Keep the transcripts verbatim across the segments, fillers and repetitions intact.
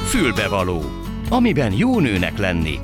Fülbevaló, amiben jó nőnek lenni.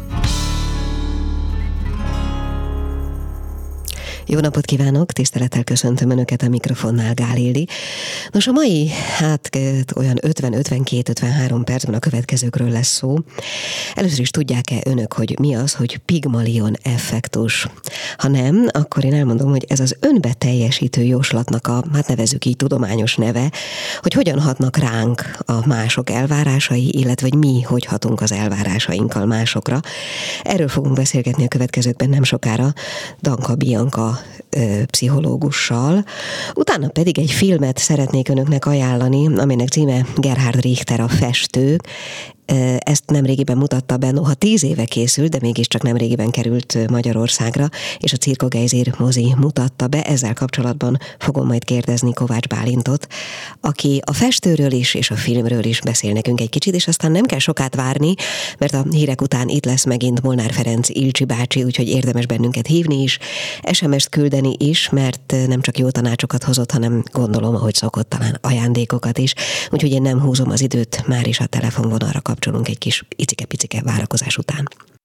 Jó napot kívánok, tisztelettel köszöntöm Önöket a mikrofonnál, Gál Ildi. Nos, a mai, hát olyan ötven, ötvenkét, ötvenhárom percben a következőkről lesz szó. Először is tudják-e Önök, hogy mi az, hogy Pygmalion-effektus? Ha nem, akkor én elmondom, hogy ez az önbeteljesítő jóslatnak a, hát nevezzük így, tudományos neve, hogy hogyan hatnak ránk a mások elvárásai, illetve hogy mi hogy hatunk az elvárásainkkal másokra. Erről fogunk beszélgetni a következőkben nem sokára Danka Bianca pszichológussal. Utána pedig egy filmet szeretnék Önöknek ajánlani, aminek címe Gerhard Richter a festő. Ezt nemrégiben mutatta be, noha tíz éve készült, de mégiscsak nemrégiben került Magyarországra, és a Cirko Gejzír mozi mutatta be. Ezzel kapcsolatban fogom majd kérdezni Kovács Bálintot, aki a festőről is és a filmről is beszél nekünk egy kicsit, és aztán nem kell sokát várni, mert a hírek után itt lesz megint Molnár Ferenc Ilcsi bácsi, úgyhogy érdemes bennünket hívni is, es em est küldeni is, mert nem csak jó tanácsokat hozott, hanem gondolom, ahogy szokott, talán ajándékokat is. Úgyhogy én nem húzom az időt, már is a telefonvonalra kapcsolunk egy kis icike-picike várakozás után.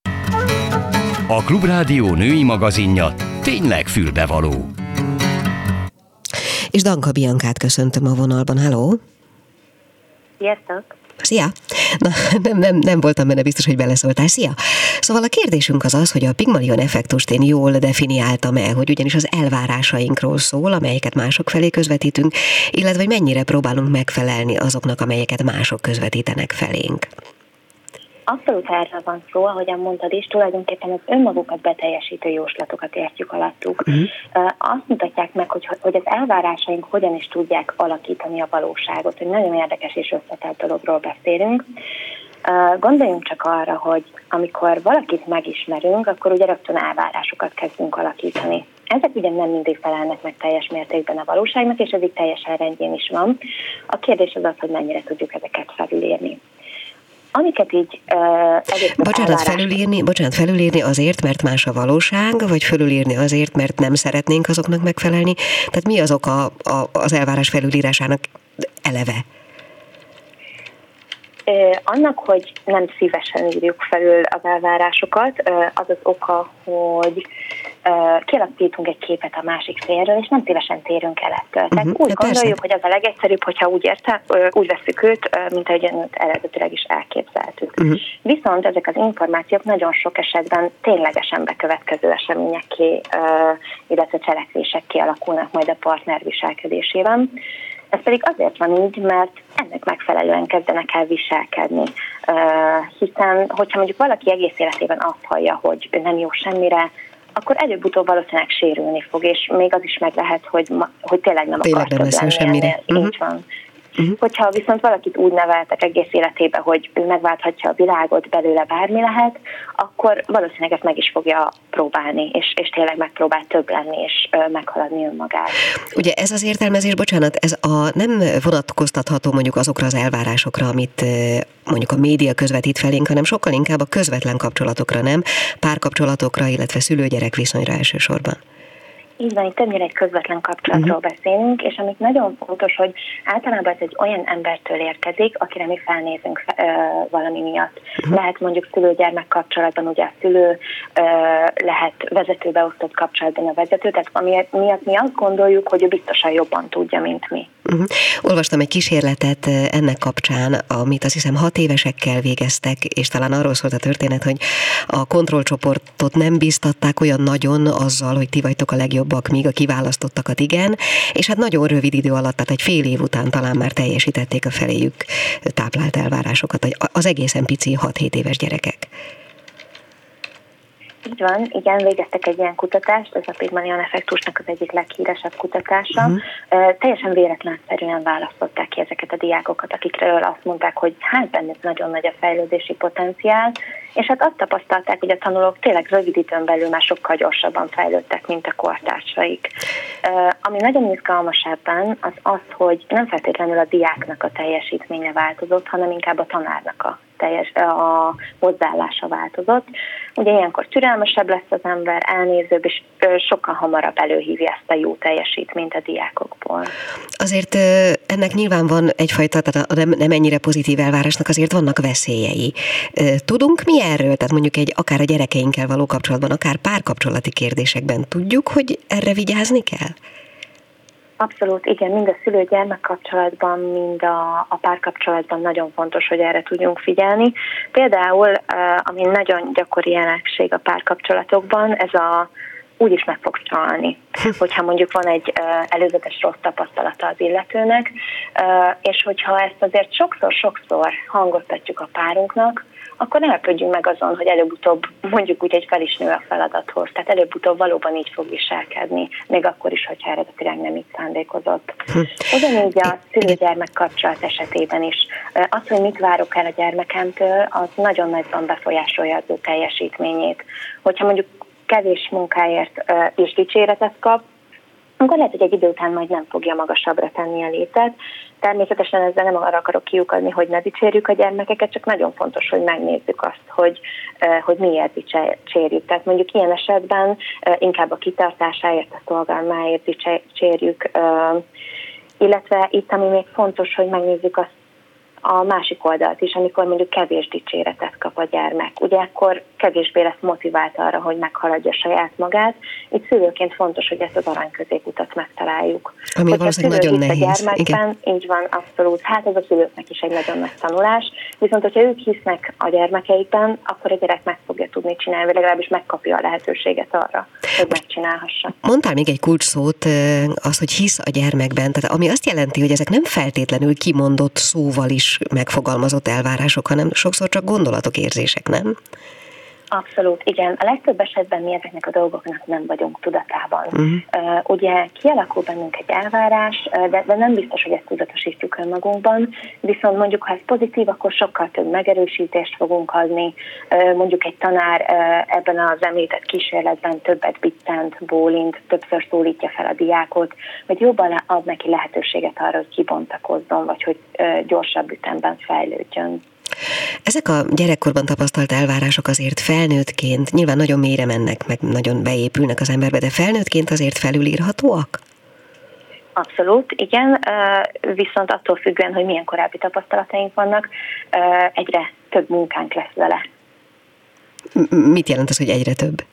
A Klubrádió női magazinja tényleg fülbevaló. És Danka Biancát köszöntöm a vonalban. Halló! Sziasztok! Szia! Na, nem, nem, nem voltam benne biztos, hogy beleszóltál. Szia! Szóval a kérdésünk az az, hogy a Pygmalion-effektust én jól definiáltam-e, hogy ugyanis az elvárásainkról szól, amelyeket mások felé közvetítünk, illetve hogy mennyire próbálunk megfelelni azoknak, amelyeket mások közvetítenek felénk. Abszolút erről van szó, ahogyan mondtad is, tulajdonképpen az önmagukat beteljesítő jóslatokat értjük alattuk. Uh-huh. Azt mutatják meg, hogy, hogy az elvárásaink hogyan is tudják alakítani a valóságot, hogy nagyon érdekes és összetett dologról beszélünk. Gondoljunk csak arra, hogy amikor valakit megismerünk, akkor ugye rögtön elvárásokat kezdünk alakítani. Ezek ugye nem mindig felelnek meg teljes mértékben a valóságnak, és ez így teljesen rendjén is van. A kérdés az az, hogy mennyire tudjuk ezeket felülírni. Amiket így... Uh, bocsánat, felülírni, bocsánat, felülírni azért, mert más a valóság, vagy felülírni azért, mert nem szeretnénk azoknak megfelelni? Tehát mi az oka a, az elvárás felülírásának eleve? Uh, annak, hogy nem szívesen írjuk felül az elvárásokat, uh, az az oka, hogy uh, kialakítunk egy képet a másik félről, és nem szívesen térünk el ettől. Tehát uh-huh, úgy gondoljuk, persze, hogy az a legegyszerűbb, hogyha úgy, érte, uh, úgy veszük őt, uh, mint ahogy őt eredetileg is elképzeltük. Uh-huh. Viszont ezek az információk nagyon sok esetben ténylegesen bekövetkező eseményekké, uh, illetve cselekvésekké alakulnak majd a partner viselkedésében. Ez pedig azért van így, mert ennek megfelelően kezdenek el viselkedni. Uh, hiszen, hogyha mondjuk valaki egész életében azt hallja, hogy ő nem jó semmire, akkor előbb-utóbb valószínűleg sérülni fog, és még az is meg lehet, hogy, ma, hogy tényleg nem tényleg akar több lenni. Semmire. Így Uh-huh. van. Uh-huh. Hogyha viszont valakit úgy neveltek egész életében, hogy ő megválthatja a világot, belőle bármi lehet, akkor valószínűleg ezt meg is fogja próbálni, és, és tényleg megpróbál több lenni, és ö, meghaladni önmagát. Ugye ez az értelmezés, bocsánat, ez a nem vonatkoztatható mondjuk azokra az elvárásokra, amit mondjuk a média közvetít felénk, hanem sokkal inkább a közvetlen kapcsolatokra, nem? Párkapcsolatokra, illetve szülő-gyerek viszonyra elsősorban. Így van, itt többnyire egy közvetlen kapcsolatról uh-huh. beszélünk, és amit nagyon fontos, hogy általában ez egy olyan embertől érkezik, akire mi felnézünk ö, valami miatt. Uh-huh. Lehet mondjuk szülő-gyermek kapcsolatban ugye a szülő, ö, lehet vezetőbeosztott kapcsolatban a vezető, tehát ami miatt mi azt gondoljuk, hogy ő biztosan jobban tudja, mint mi. Uh-huh. Olvastam egy kísérletet ennek kapcsán, amit azt hiszem hat évesekkel végeztek, és talán arról szólt a történet, hogy a kontrollcsoportot nem bíztatták olyan nagyon azzal, hogy ti vagytok a legjobbak, míg a kiválasztottakat igen, és hát nagyon rövid idő alatt, tehát egy fél év után talán már teljesítették a feléjük táplált elvárásokat, az egészen pici hat-hét éves gyerekek. Így van, igen, végeztek egy ilyen kutatást, ez a Pygmalion-effektusnak az egyik leghíresebb kutatása. Uh-huh. Uh, teljesen véletlenszerűen választották ki ezeket a diákokat, akikről azt mondták, hogy hát bennük nagyon nagy a fejlődési potenciál, és hát azt tapasztalták, hogy a tanulók tényleg rövid időn belül már sokkal gyorsabban fejlődtek, mint a kortársaik. Uh, ami nagyon izgalmas ebben, az az, hogy nem feltétlenül a diáknak a teljesítménye változott, hanem inkább a tanárnak a teljes, a hozzáállása változott. Ugye ilyenkor türelmesebb lesz az ember, elnézőbb, és sokkal hamarabb előhívja ezt a jó teljesítményt a diákokból. Azért ennek nyilván van egyfajta, tehát nem, nem ennyire pozitív elvárásnak azért vannak veszélyei. Tudunk mi erről? Tehát mondjuk egy akár a gyerekeinkkel való kapcsolatban, akár párkapcsolati kérdésekben tudjuk, hogy erre vigyázni kell? Abszolút, igen, mind a szülő-gyermek kapcsolatban, mind a, a párkapcsolatban nagyon fontos, hogy erre tudjunk figyelni. Például, ami nagyon gyakori jelenség a párkapcsolatokban, ez a úgy is meg fog csalni, hogyha mondjuk van egy uh, előzetes rossz tapasztalata az illetőnek, uh, és hogyha ezt azért sokszor-sokszor hangoztatjuk a párunknak, akkor ne lepődjünk meg azon, hogy előbb-utóbb mondjuk úgy, hogy fel is nő a feladathoz. Tehát előbb-utóbb valóban így fog viselkedni, még akkor is, hogyha eredetileg nem így szándékozott. Ugyanígy a szülő-gyermek kapcsolat esetében is. Az, hogy mit várok el a gyermekemtől, az nagyon nagyban befolyásolja az ő teljesítményét. Hogyha mondjuk kevés munkáért uh, is dicséretet kap, akkor lehet, hogy egy idő után majd nem fogja magasabbra tenni a létet. Természetesen ezzel nem arra akarok kiukadni, hogy ne dicsérjük a gyermekeket, csak nagyon fontos, hogy megnézzük azt, hogy, uh, hogy miért dicsérjük. Tehát mondjuk ilyen esetben uh, inkább a kitartásáért, a szolgálmáért dicsérjük, uh, illetve itt, ami még fontos, hogy megnézzük azt, a másik oldalt is, amikor mondjuk kevés dicséretet kap a gyermek. Ugye akkor kevésbé lesz motivált arra, hogy meghaladja saját magát. Itt szülőként fontos, hogy ezt az arany középutat megtaláljuk. Ami valószínűleg nagyon nehéz. Igen. Így van, abszolút. Hát ez a szülőknek is egy nagyon nagy tanulás. Viszont, hogyha ők hisznek a gyermekeikben, akkor a gyerek meg fogja tudni csinálni, vagy legalábbis megkapja a lehetőséget arra, hogy megcsinálhassa. Mondtál még egy kulcsszót, az, hogy hisz a gyermekben, tehát ami azt jelenti, hogy ezek nem feltétlenül kimondott szóval is megfogalmazott elvárások, hanem sokszor csak gondolatok, érzések, nem? Abszolút, igen. A legtöbb esetben mi ezeknek a dolgoknak nem vagyunk tudatában. Uh-huh. Uh, ugye kialakul bennünk egy elvárás, de, de nem biztos, hogy ezt tudatosítjuk önmagunkban, viszont mondjuk, ha ez pozitív, akkor sokkal több megerősítést fogunk adni. Uh, mondjuk egy tanár uh, ebben az említett kísérletben többet bittent, bólint, többször szólítja fel a diákot, vagy jobban ad neki lehetőséget arra, hogy kibontakozzon, vagy hogy uh, gyorsabb ütemben fejlődjön. Ezek a gyerekkorban tapasztalt elvárások azért felnőttként nyilván nagyon mélyre mennek, meg nagyon beépülnek az emberbe, de felnőttként azért felülírhatóak? Abszolút, igen, viszont attól függően, hogy milyen korábbi tapasztalataink vannak, egyre több munkánk lesz vele. Mit jelent az, hogy egyre több?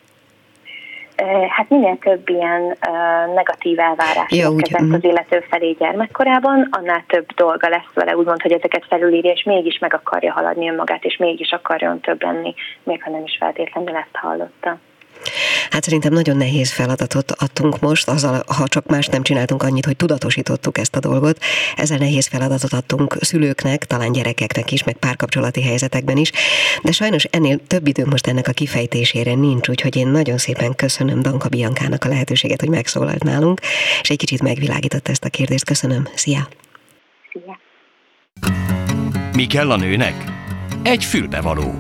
Hát minél több ilyen uh, negatív elvárás ja, érkezett az illető felé gyermekkorában, annál több dolga lesz vele, úgymond, hogy ezeket felülírja, és mégis meg akarja haladni önmagát, és mégis akarjon több lenni, még ha nem is feltétlenül ezt hallotta. Hát szerintem nagyon nehéz feladatot adtunk most, azzal, ha csak más nem csináltunk annyit, hogy tudatosítottuk ezt a dolgot. Ezzel nehéz feladatot adtunk szülőknek, talán gyerekeknek is, meg párkapcsolati helyzetekben is, de sajnos ennél több időnk most ennek a kifejtésére nincs, úgyhogy én nagyon szépen köszönöm Danka Biankának a lehetőséget, hogy megszólalt nálunk, és egy kicsit megvilágította ezt a kérdést. Köszönöm. Szia! Szia! Mi kell a nőnek? Egy fülbevaló.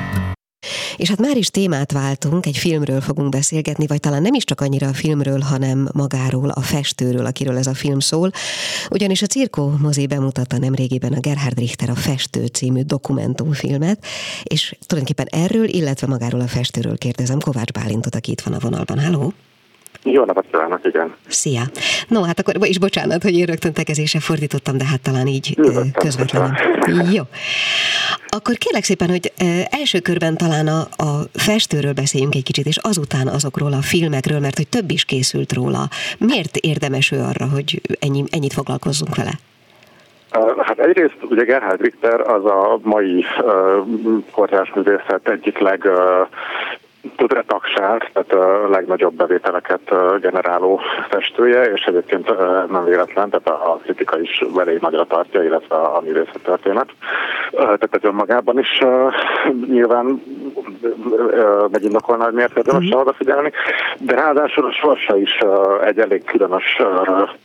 És hát már is témát váltunk, egy filmről fogunk beszélgetni, vagy talán nem is csak annyira a filmről, hanem magáról, a festőről, akiről ez a film szól. Ugyanis a Cirkó mozi bemutatta nemrégiben a Gerhard Richter a Festő című dokumentumfilmet, és tulajdonképpen erről, illetve magáról a festőről kérdezem Kovács Bálintot, aki itt van a vonalban. Halló! Jó napot kívánok, igen. Szia! No, hát akkor is bocsánat, hogy én rögtön tekezésre fordítottam, de hát talán így közvetlenül. Jó. Akkor kérlek szépen, hogy első körben talán a, a festőről beszéljünk egy kicsit, és azután azokról a filmekről, mert hogy több is készült róla. Miért érdemes ő arra, hogy ennyi, ennyit foglalkozzunk vele? Hát egyrészt ugye Gerhard Richter az a mai uh, kortárs művészet egyik leg uh, tudatagság, tehát a legnagyobb bevételeket generáló festője, és egyébként nem véletlen, tehát a kritika is elég nagyra tartja, illetve a művészettörténet. Tehát ez önmagában is nyilván megindokolna, hogy miért érdemes odafigyelni, de ráadásul a sorsa is egy elég különös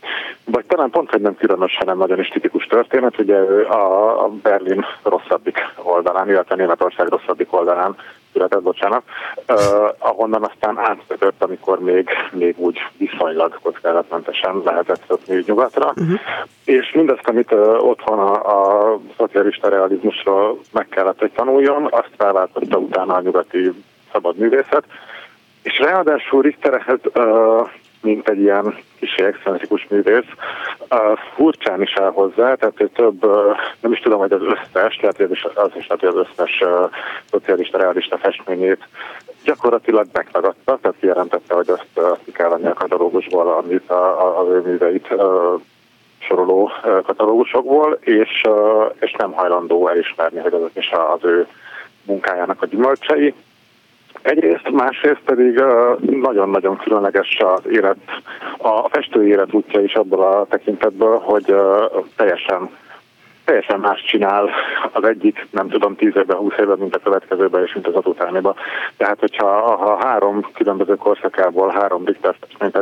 vagy talán pont, hogy nem különös, hanem nagyon is tipikus történet, ugye a, a Berlin rosszabbik oldalán, illetve Németország rosszabbik oldalán született, bocsánat, uh, ahonnan aztán átvetett, amikor még, még úgy viszonylag kockázatmentesen lehetett szökni nyugatra, uh-huh. és mindezt, amit uh, otthon a, a szocialista realizmusról meg kellett, hogy tanuljon, azt felváltotta utána a nyugati szabad művészet, és ráadásul Richterhez, uh, mint egy ilyen kicsi excentrikus művész, uh, furcsán is áll hozzá, tehát több, uh, nem is tudom, hogy az összes, lehet, hogy az is lehet, hogy az összes uh, szocialista, realista festményét gyakorlatilag megtagadta, tehát kijelentette, hogy azt uh, ki kell venni a katalógusból, amit a, a, az ő műveit uh, soroló uh, katalógusokból, és, uh, és nem hajlandó elismerni, hogy azok is az ő munkájának a gyümölcsei. Egyrészt, másrészt pedig nagyon-nagyon különleges az élet, a festői élet útja is abból a tekintetből, hogy teljesen, teljesen más csinál az egyik, nem tudom, tíz évben, húsz évben, mint a következőben és mint az azutániban. Tehát, hogyha ha három különböző korszakából három Richter festményt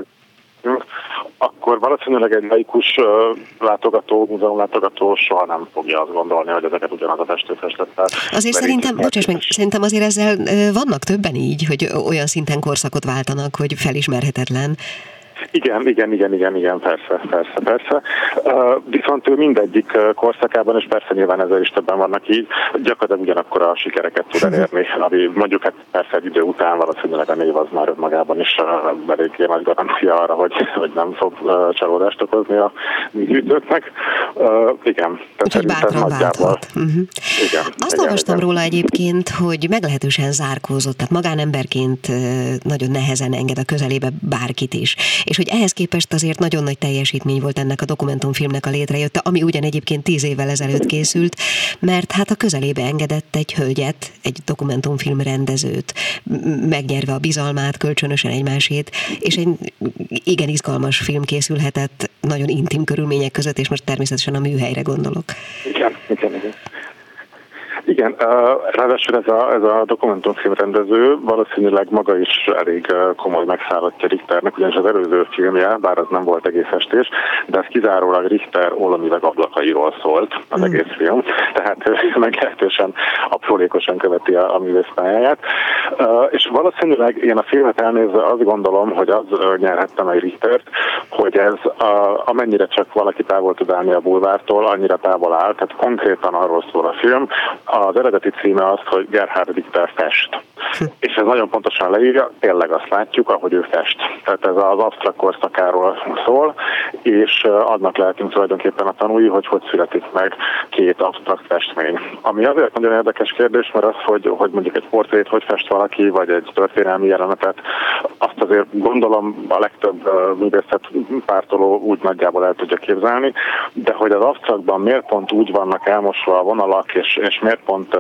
akkor valószínűleg egy laikus látogató, múzeumlátogató soha nem fogja azt gondolni, hogy ezeket ugyanaz a festő festette. Azért szerintem, bocsáss meg, szerintem azért ezzel vannak többen így, hogy olyan szinten korszakot váltanak, hogy felismerhetetlen. Igen, igen, igen, igen, igen, persze, persze, persze. Uh, viszont ő mindegyik korszakában, és persze nyilván ezzel is többen vannak így, gyakorlatilag ugyanakkor a sikereket tud elérni, ami mondjuk hát persze egy idő után valószínűleg a név az már önmagában is uh, eléggé nagy garancia arra, hogy, hogy nem fog uh, csalódást okozni a gyűjtőknek. Uh, igen. Úgyhogy bátran válthat. Uh-huh. Igen. Azt igen, olvastam igen. róla egyébként, hogy meglehetősen zárkózott, tehát magánemberként nagyon nehezen enged a közelébe bárkit is. És hogy ehhez képest azért nagyon nagy teljesítmény volt ennek a dokumentumfilmnek a létrejötte, ami ugyan egyébként tíz évvel ezelőtt készült, mert hát a közelébe engedett egy hölgyet, egy dokumentumfilm rendezőt, megnyerve a bizalmát, kölcsönösen egymásét, és egy igen izgalmas film készülhetett nagyon intim körülmények között, és most természetesen a műhelyre gondolok. Igen, igen, igen. Igen, uh, ráadásul ez a, ez a dokumentumfilm rendező valószínűleg maga is elég uh, komoly megszállottja Richternek, ugyanis az előző filmje, bár az nem volt egész estés, de ez kizárólag Richter ólomüveg ablakairól szólt az mm. egész film, tehát meglehetősen aprólékosan követi a, a művész pályáját. Uh, és valószínűleg én a filmet elnézve azt gondolom, hogy az uh, nyerhette meg Richtert, hogy ez uh, amennyire csak valaki távol tud állni a bulvártól, annyira távol áll, tehát konkrétan arról szól a film. Az eredeti címe az, hogy Gerhard Richter fest. És ez nagyon pontosan leírja, tényleg azt látjuk, ahogy ő fest. Tehát ez az absztrakt korszakáról szól, és annak lehetünk tulajdonképpen a tanúi, hogy hogy születik meg két absztrakt festmény. Ami azért nagyon érdekes kérdés, mert az, hogy, hogy mondjuk egy portrét hogy fest valaki, vagy egy történelmi jelenetet, azt azért gondolom a legtöbb művészet pártoló úgy nagyjából el tudja képzelni, de hogy az absztraktban miért pont úgy vannak elmosva a vonalak, és, és miért pont uh,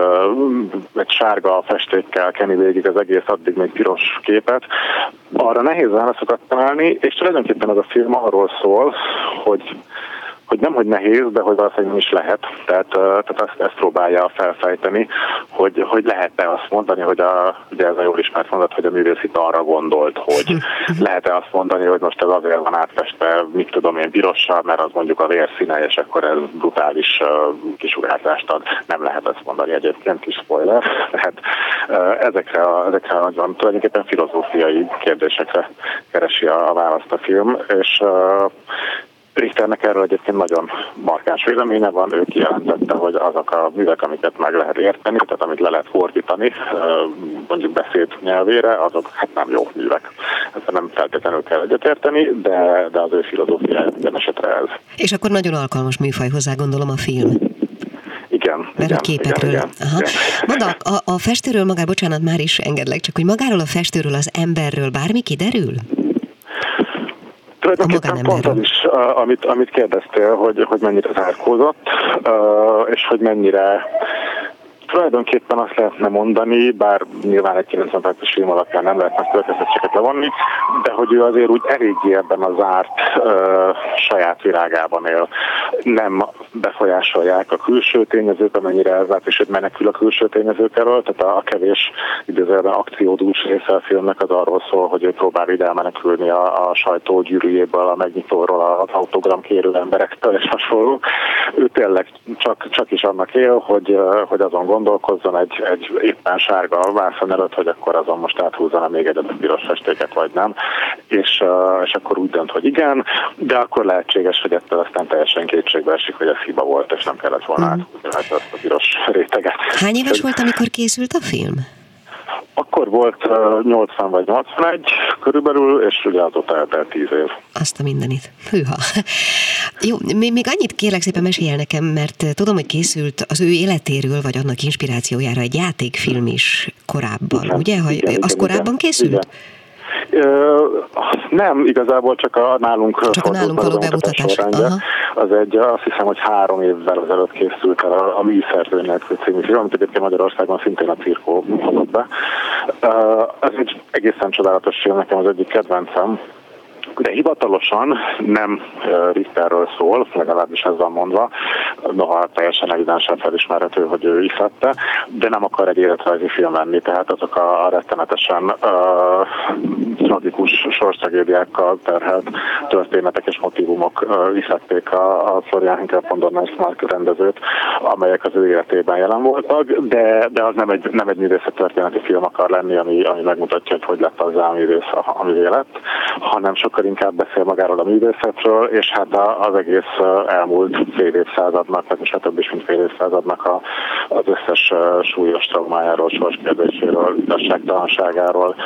egy sárga festékkel keni végig az egész addig még piros képet, arra nehéz válaszokat találni, és tulajdonképpen ez a film arról szól, hogy hogy nem, hogy nehéz, de hogy valószínűleg nem is lehet. Tehát, tehát ezt, ezt próbálja felfejteni, hogy, hogy lehet-e azt mondani, hogy a, ugye ez a jól ismert mondat, hogy a művész itt arra gondolt, hogy lehet-e azt mondani, hogy most ez azért van átfestve, mit tudom én, pirossal, mert az mondjuk a vérszíne, és akkor ez brutális uh, kisugárzást ad. Nem lehet azt mondani egyébként, kis spoiler. Tehát uh, ezekre a, ezekre a nagyon tulajdonképpen filozófiai kérdésekre keresi a, a választ a film, és uh, Richternek erről egyébként nagyon markáns véleménye van, ő kijelentette, hogy azok a művek, amiket meg lehet érteni, tehát amit le lehet fordítani, mondjuk beszéd nyelvére, azok hát nem jó művek. Ezzel nem feltétlenül kell egyetérteni, de, de az ő filozófiája minden esetre ez. És akkor nagyon alkalmas műfaj hozzá, gondolom, a film. Igen. Mert igen, a képekről. Igen, Aha. igen. Mondd, a, a festőről magáról, bocsánat, már is engedlek, csak hogy magáról a festőről, az emberről bármi kiderül? Tulajdonképpen pont az is, amit, amit kérdeztél, hogy, hogy mennyire zárkózott, és hogy mennyire tulajdonképpen azt lehetne mondani, bár nyilván egy kilencven perces film alapján nem lehet meg következtetéseket levonni, de hogy ő azért úgy eléggé ebben a zárt uh, saját világában él. nem befolyásolják a külső tényezők, amennyire elvált, és menekül a külső tényezők elől, tehát a kevés időzőben akciódús része a filmnek az arról szól, hogy ő próbál ide elmenekülni a, a sajtó gyűrűjéből, a megnyitóról, az autogramkérő emberektől és hasonló. Ő tényleg csak, csak is annak él, hogy, hogy azon gondolkozzon egy, egy éppen sárga vászon előtt, hogy akkor azon most áthúzzana még egy adag piros festéket, vagy nem. És, és akkor úgy dönt, hogy igen, de akkor lehetséges, hogy ettől aztán teljesen kétségbe esik, hogy ez hiba volt, és nem kellett volna mm. áthúzni azt a piros réteget. Hány éves volt, amikor készült a film? Akkor volt nyolcvan vagy nyolcvanegy körülbelül, és ugye azóta eltelt tíz év. Azt a mindenit. Hűha. Jó, még annyit kérlek szépen mesélj el nekem, mert tudom, hogy készült az ő életéről, vagy annak inspirációjára egy játékfilm is korábban, igen, ugye? Ha igen, az igen, korábban igen, készült? Igen. Uh, nem, igazából csak a nálunk csak a nálunk való bemutatás. Az egy, azt hiszem, hogy három évvel ezelőtt készült el a, a Műszerzőnek című film, amit egyébként Magyarországon szintén a Cirkó hozott be. Uh, ez egy egészen csodálatos film, nekem az egyik kedvencem. De hivatalosan nem Richterről szól, legalábbis ez van mondva, noha teljesen evidensen felismerhető, hogy ő iszette, de nem akar egy életrajzi film lenni, tehát azok a rettenetesen uh, tragikus sorstragédiákkal terhelt történetek és motivumok uh, iszlették a, a Florian Henkel von Donnersmarck rendezőt, amelyek az ő életében jelen voltak, de, de az nem egy, nem egy művészettörténeti film akar lenni, ami, ami megmutatja, hogy hogy lett azzá a művész, ami lett, hanem sokkal inkább beszél magáról a művészetről, és hát az egész elmúlt fél évszázadnak, vagy hát több is, mint fél évszázadnak a, az összes súlyos traumájáról, sorskérdéséről, igazságtalanságáról,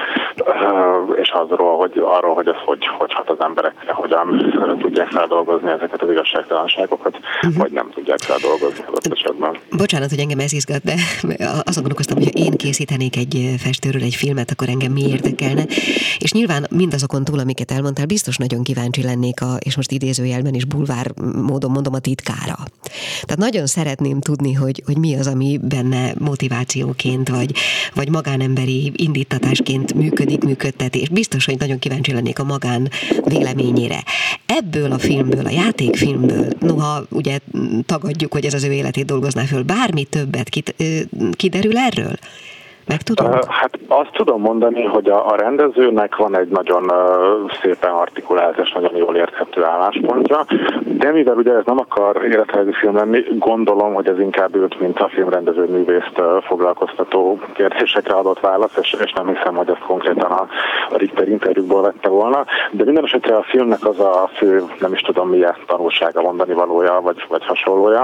és azról, hogy arról, hogy ez hogy, hogy hat az emberekre, hogyan tudják feldolgozni ezeket az igazságtalanságokat, uh-huh. vagy nem tudják feldolgozni az esetben. Bocsánat, hogy engem ez izgat, de azon gondolkoztam, hogy ha én készítenék egy festőről egy filmet, akkor engem mi érdekelne, és nyilván mindazokon túl, amiket elmondtál, biztos nagyon kíváncsi lennék, a, és most idézőjelben is bulvár módon mondom, a titkára. Tehát nagyon szeretném tudni, hogy, hogy mi az, ami benne motivációként, vagy, vagy magánemberi indítatásként működik, működtet, és biztos, hogy nagyon kíváncsi lennék a magán véleményére. Ebből a filmből, a játékfilmből, noha ugye tagadjuk, hogy ez az ő életét dolgozná föl, bármi többet kiderül erről? Megtudod? Hát azt tudom mondani, hogy a, a rendezőnek van egy nagyon uh, szépen artikulált és nagyon jól érthető álláspontja, de mivel ugye ez nem akar életrajzi film lenni, gondolom, hogy ez inkább őt, mint a filmrendező művészt uh, foglalkoztató kérdésekre adott válasz, és, és nem hiszem, hogy ezt konkrétan a, a Richter interjúkból vette volna, de minden esetre a filmnek az a fő, nem is tudom milyen tanulsága, mondani valója, vagy, vagy hasonlója,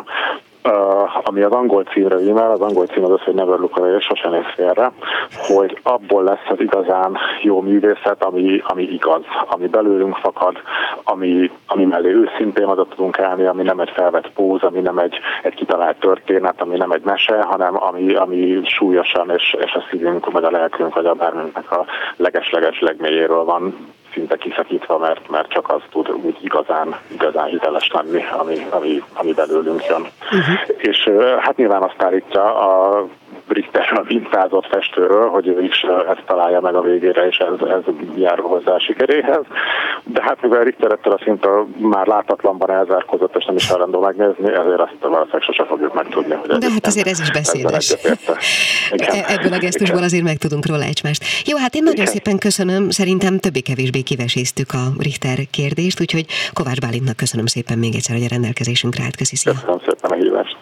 Uh, ami az angol címre rímel, az angol cím az az, hogy Never Look Away, sosem néz félre, hogy abból lesz az igazán jó művészet, ami, ami igaz, ami belőlünk fakad, ami, ami mellé őszintén oda tudunk állni, ami nem egy felvett póz, ami nem egy, egy kitalált történet, ami nem egy mese, hanem ami, ami súlyosan és, és a szívünk, vagy a lelkünk, vagy a bárminknek a leges-leges legmélyéről van szinte kiszakítva, mert, mert csak az tud úgy igazán, igazán hiteles lenni, ami, ami, ami belőlünk jön. Uh-huh. És hát nyilván azt állítja a Richterről mintázott festőről, hogy ő is ezt találja meg a végére, és ez, ez járul hozzá a sikeréhez. De hát mivel Richter ettől a szintől már látatlanban elzárkozott, és nem is hajlandó megnézni, ezért azt valószínűleg sose fogjuk megtudni. Hogy de hát azért ez is beszédes. Ebből a gesztusból azért megtudunk róla egymást. Jó, hát én nagyon Igen. szépen köszönöm, szerintem többé-kevésbé kiveséztük a Richter kérdést, úgyhogy Kovács Bálintnak köszönöm szépen még egyszer, hogy a rendelkezésünkre állt. Köszi, szia. Köszönöm szépen a hívást.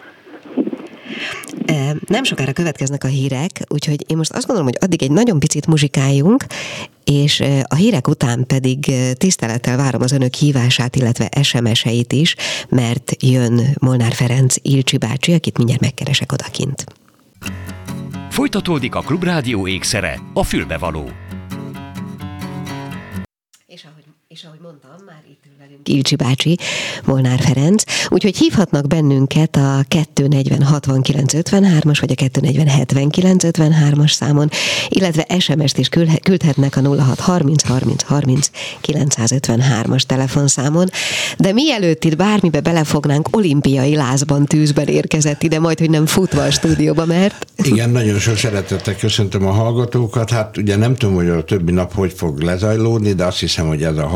Nem sokára következnek a hírek, úgyhogy én most azt gondolom, hogy addig egy nagyon picit muzsikáljunk, és a hírek után pedig tisztelettel várom az önök hívását, illetve es em es-eit is, mert jön Molnár Ferenc Ilcsi bácsi, akit mindjárt megkeresek odakint. Folytatódik a Klubrádió ékszere, a fülbevaló. És ahogy, és ahogy mondtam, már itt ül velünk Ilcsi bácsi, Molnár Ferenc, úgyhogy hívhatnak bennünket a kettő negyven hatvankilenc ötvenhármas vagy a kettő negyven hetvenkilenc ötvenhármas számon, illetve es em es-t is küldhetnek a nulla hat harminc harminc harminc kilencszázötvenhármas telefonszámon, de mielőtt itt bármibe belefognánk, olimpiai lázban, tűzben érkezett ide, majd, hogy nem futva a stúdióba, mert... Igen, nagyon sok szeretettel köszöntöm a hallgatókat, hát ugye nem tudom, hogy a többi nap hogy fog lezajlódni, de azt hiszem, hogy ez a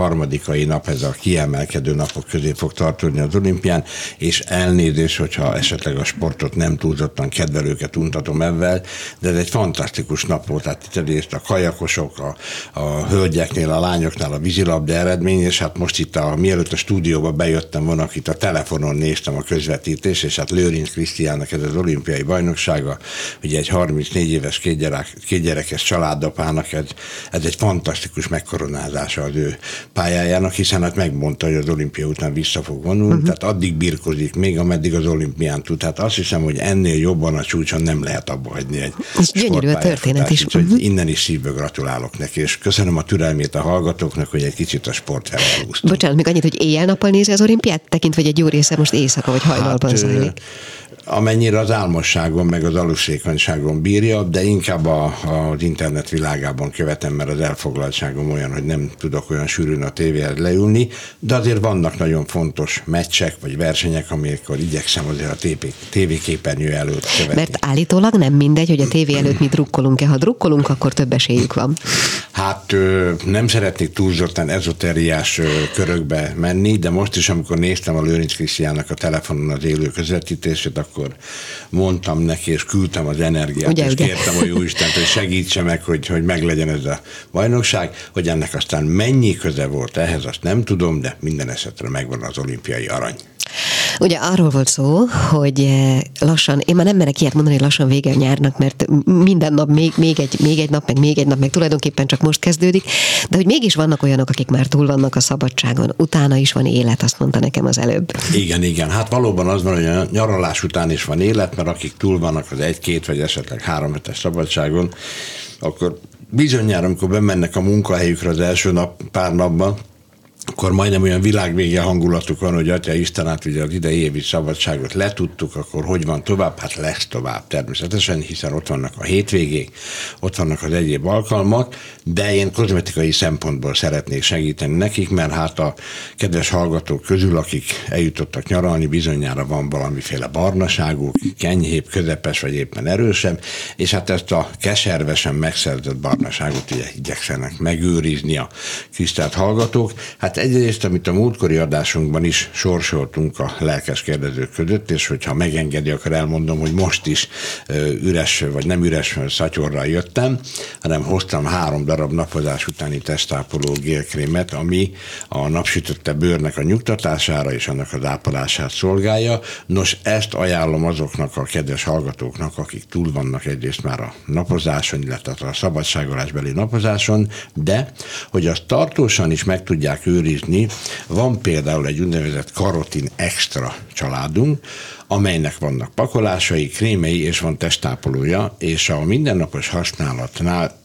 harmadikai nap, ez a kiemelkedő napok közé fog tartani az olimpián, és elnézés, hogyha esetleg a sportot nem túlzottan kedvelőket untatom ebben, de ez egy fantasztikus nap volt, tehát itt egyrészt a kajakosok, a, a hölgyeknél, a lányoknál a vízilabda eredmény, és hát most itt a, mielőtt a stúdióba bejöttem volna, itt a telefonon néztem a közvetítést, és hát Lőrinc Krisztiánnak ez az olimpiai bajnoksága, ugye egy harmincnégy éves kétgyerek, kétgyerekes családapának, ez, ez egy fantasztikus megkoronázása az ő pályájának, hiszen hát megmondta, hogy az olimpia után vissza fog vonulni, uh-huh. tehát addig birkozik még, ameddig az olimpián tud. Tehát azt hiszem, hogy ennél jobban a csúcson nem lehet abba hagyni egy gyönyörű a történet is. Uh-huh. Innen is szívből gratulálok neki, és köszönöm a türelmét a hallgatóknak, hogy egy kicsit a sport elhúztunk. Bocsánat, még annyit, hogy éjjel-nappal nézi az olimpiát, tekintve, hogy egy jó része most éjszaka vagy hajnalban hát, zajlik. Amennyire az álmosságon, meg az aluszékonyságon bírja, de inkább a, az internet világában követem, mert az elfoglaltságom olyan, hogy nem tudok olyan sűrűn a tévéhez leülni, de azért vannak nagyon fontos meccsek, vagy versenyek, amikor igyekszem azért a tévéképernyő előtt követni. Mert állítólag nem mindegy, hogy a tévé előtt mi drukkolunk-e. Ha drukkolunk, akkor több esélyük van. Hát nem szeretnék túlzottan ezoteriás körökbe menni, de most is, amikor néztem a Lőrinc Krisztiánnak a telefonon az élő közvetítését, akkor mondtam neki, és küldtem az energiát, ugye, és ugye? Kértem a Jóistent, hogy segítse meg, hogy, hogy meglegyen ez a bajnokság, hogy ennek aztán mennyi köze volt ehhez, azt nem tudom, de minden esetre megvan az olimpiai arany. Ugye arról volt szó, hogy lassan, én már nem merek ilyet mondani, hogy lassan vége a nyárnak, mert minden nap még, még, egy, még egy nap, meg még egy nap, meg tulajdonképpen csak most kezdődik, de hogy mégis vannak olyanok, akik már túl vannak a szabadságon, utána is van élet, azt mondta nekem az előbb. Igen, igen, hát valóban az van, hogy a nyaralás után is van élet, mert akik túl vannak az egy-két vagy esetleg három hetes szabadságon, akkor bizonyára, amikor bemennek a munkahelyükre az első nap, pár napban, akkor majdnem olyan világvége hangulatuk van, hogy Atya Isten, hát ugye az idei évi szabadságot letudtuk, akkor hogy van tovább? Hát lesz tovább természetesen, hiszen ott vannak a hétvégék, ott vannak az egyéb alkalmak, de én kozmetikai szempontból szeretnék segíteni nekik, mert hát a kedves hallgatók közül, akik eljutottak nyaralni, bizonyára van valamiféle barnaságuk, enyhébb, közepes vagy éppen erősebb, és hát ezt a keservesen megszerzett barnaságot ugye igyekszenek megőrizni a tisztelt hallgatók. Hát egyrészt, amit a múltkori adásunkban is sorsoltunk a lelkes kérdezők között, és hogyha megengedi, akkor elmondom, hogy most is üres, vagy nem üres szatyorral jöttem, hanem hoztam három darab napozás utáni testápoló gélkrémet, ami a napsütötte bőrnek a nyugtatására és annak az ápolását szolgálja. Nos, ezt ajánlom azoknak a kedves hallgatóknak, akik túl vannak egyrészt már a napozáson, illetve a szabadságolásbeli napozáson, de hogy azt tartósan is meg tudják őrizni, van például egy úgynevezett karotin extra családunk, amelynek vannak pakolásai, krémei, és van testápolója, és a mindennapos használatnál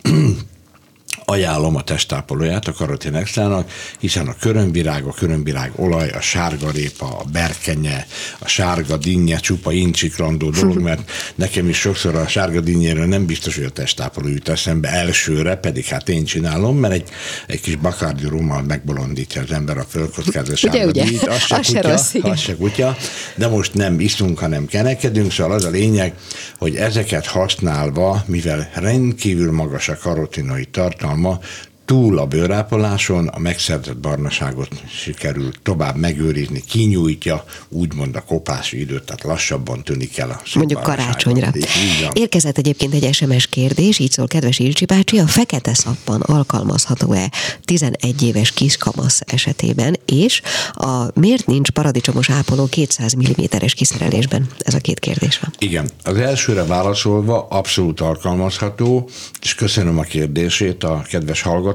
ajánlom a testápolóját a karotin extrának, hiszen a körömvirág, a körömvirág olaj, a sárgarépa, a berkenye, a sárga dinnye, csupa incsiklandó dolog, mert nekem is sokszor a sárga dinnyéről nem biztos, hogy a testápoló jut eszembe elsőre, pedig hát én csinálom, mert egy, egy kis Bacardi rummal megbolondítja az ember a földkockázat sárga dinnyét, az se kutya, rossz, az se kutya, de most nem iszunk, hanem kenekedünk, szóval az a lényeg, hogy ezeket használva, mivel rendkívül magas a karotinoid tartalma, túl a bőrápoláson a megszerzett barnaságot sikerül tovább megőrizni, kinyújtja, úgymond a kopási időt, tehát lassabban tűnik el a mondjuk karácsonyra. Érkezett egyébként egy es em es kérdés, így szól, kedves Ilcsi bácsi, a fekete szappan alkalmazható-e tizenegy éves kiskamasz esetében, és a, miért nincs paradicsomos ápoló kétszáz milliméteres kiszerelésben? Ez a két kérdés van. Igen, az elsőre válaszolva abszolút alkalmazható, és köszönöm a kérdését a kedves hallgatónak,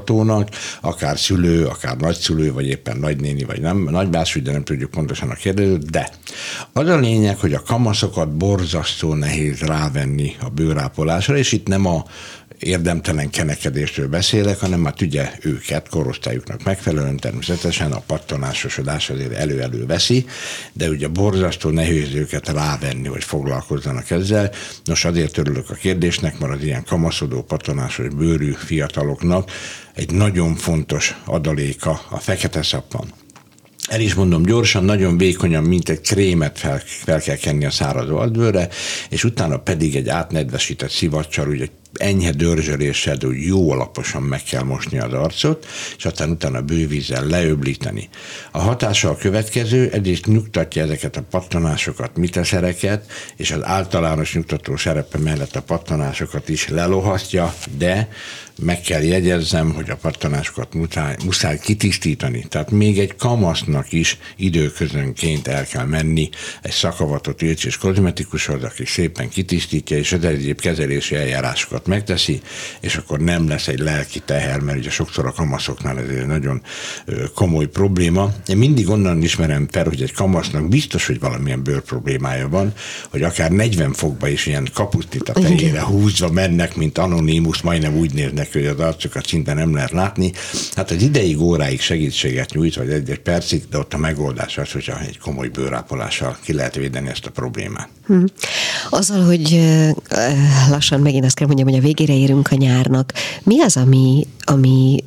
akár szülő, akár nagyszülő, vagy éppen nagynéni, vagy nem, nagybászügy, de nem tudjuk pontosan a kérdezőt, de az a lényeg, hogy a kamaszokat borzasztó nehéz rávenni a bőrápolásra, és itt nem a érdemtelen kenekedésről beszélek, hanem hát ugye őket korosztályuknak megfelelően természetesen a pattanásosodás azért elő-elő veszi, de ugye borzasztó nehéz őket rávenni, hogy foglalkozzanak ezzel. Nos, azért örülök a kérdésnek, mert az ilyen kamaszodó, pattanásos bőrű fiataloknak egy nagyon fontos adaléka a fekete szappan. El is mondom gyorsan, nagyon vékonyan, mint egy krémet fel, fel kell kenni a száraz vadbőrre, és utána pedig egy átnedvesített szivacsal, ugye enyhe dörzsöléssel, de úgy jó alaposan meg kell mosni az arcot, és aztán utána bővízzel leöblíteni. A hatása a következő, egyrészt nyugtatja ezeket a pattanásokat, miteszereket, és az általános nyugtató szerepe mellett a pattanásokat is lelohasztja, de meg kell jegyezzem, hogy a pattanásokat muszáj, muszáj kitisztítani. Tehát még egy kamasznak is időközönként el kell menni egy szakavatott ilcs és kozmetikushoz, aki szépen kitisztítja, és az egyéb kezelési eljárásokat megteszi, és akkor nem lesz egy lelki teher, mert ugye sokszor a kamaszoknál ez egy nagyon komoly probléma. Én mindig onnan ismerem fel, hogy egy kamasznak biztos, hogy valamilyen bőr problémája van, hogy akár negyven fokba is ilyen kapusztit a fejére húzva mennek, mint Anonymous, majdnem úgy néznek, hogy az arcokat szinte nem lehet látni. Hát az ideig, óráig segítséget nyújt, vagy egy-egy percig, de ott a megoldás az, hogyha egy komoly bőrápolással ki lehet védeni ezt a problémát. Hmm. Azzal, hogy lassan megint azt kell mondjam, hogy a végére érünk a nyárnak, mi az, ami, ami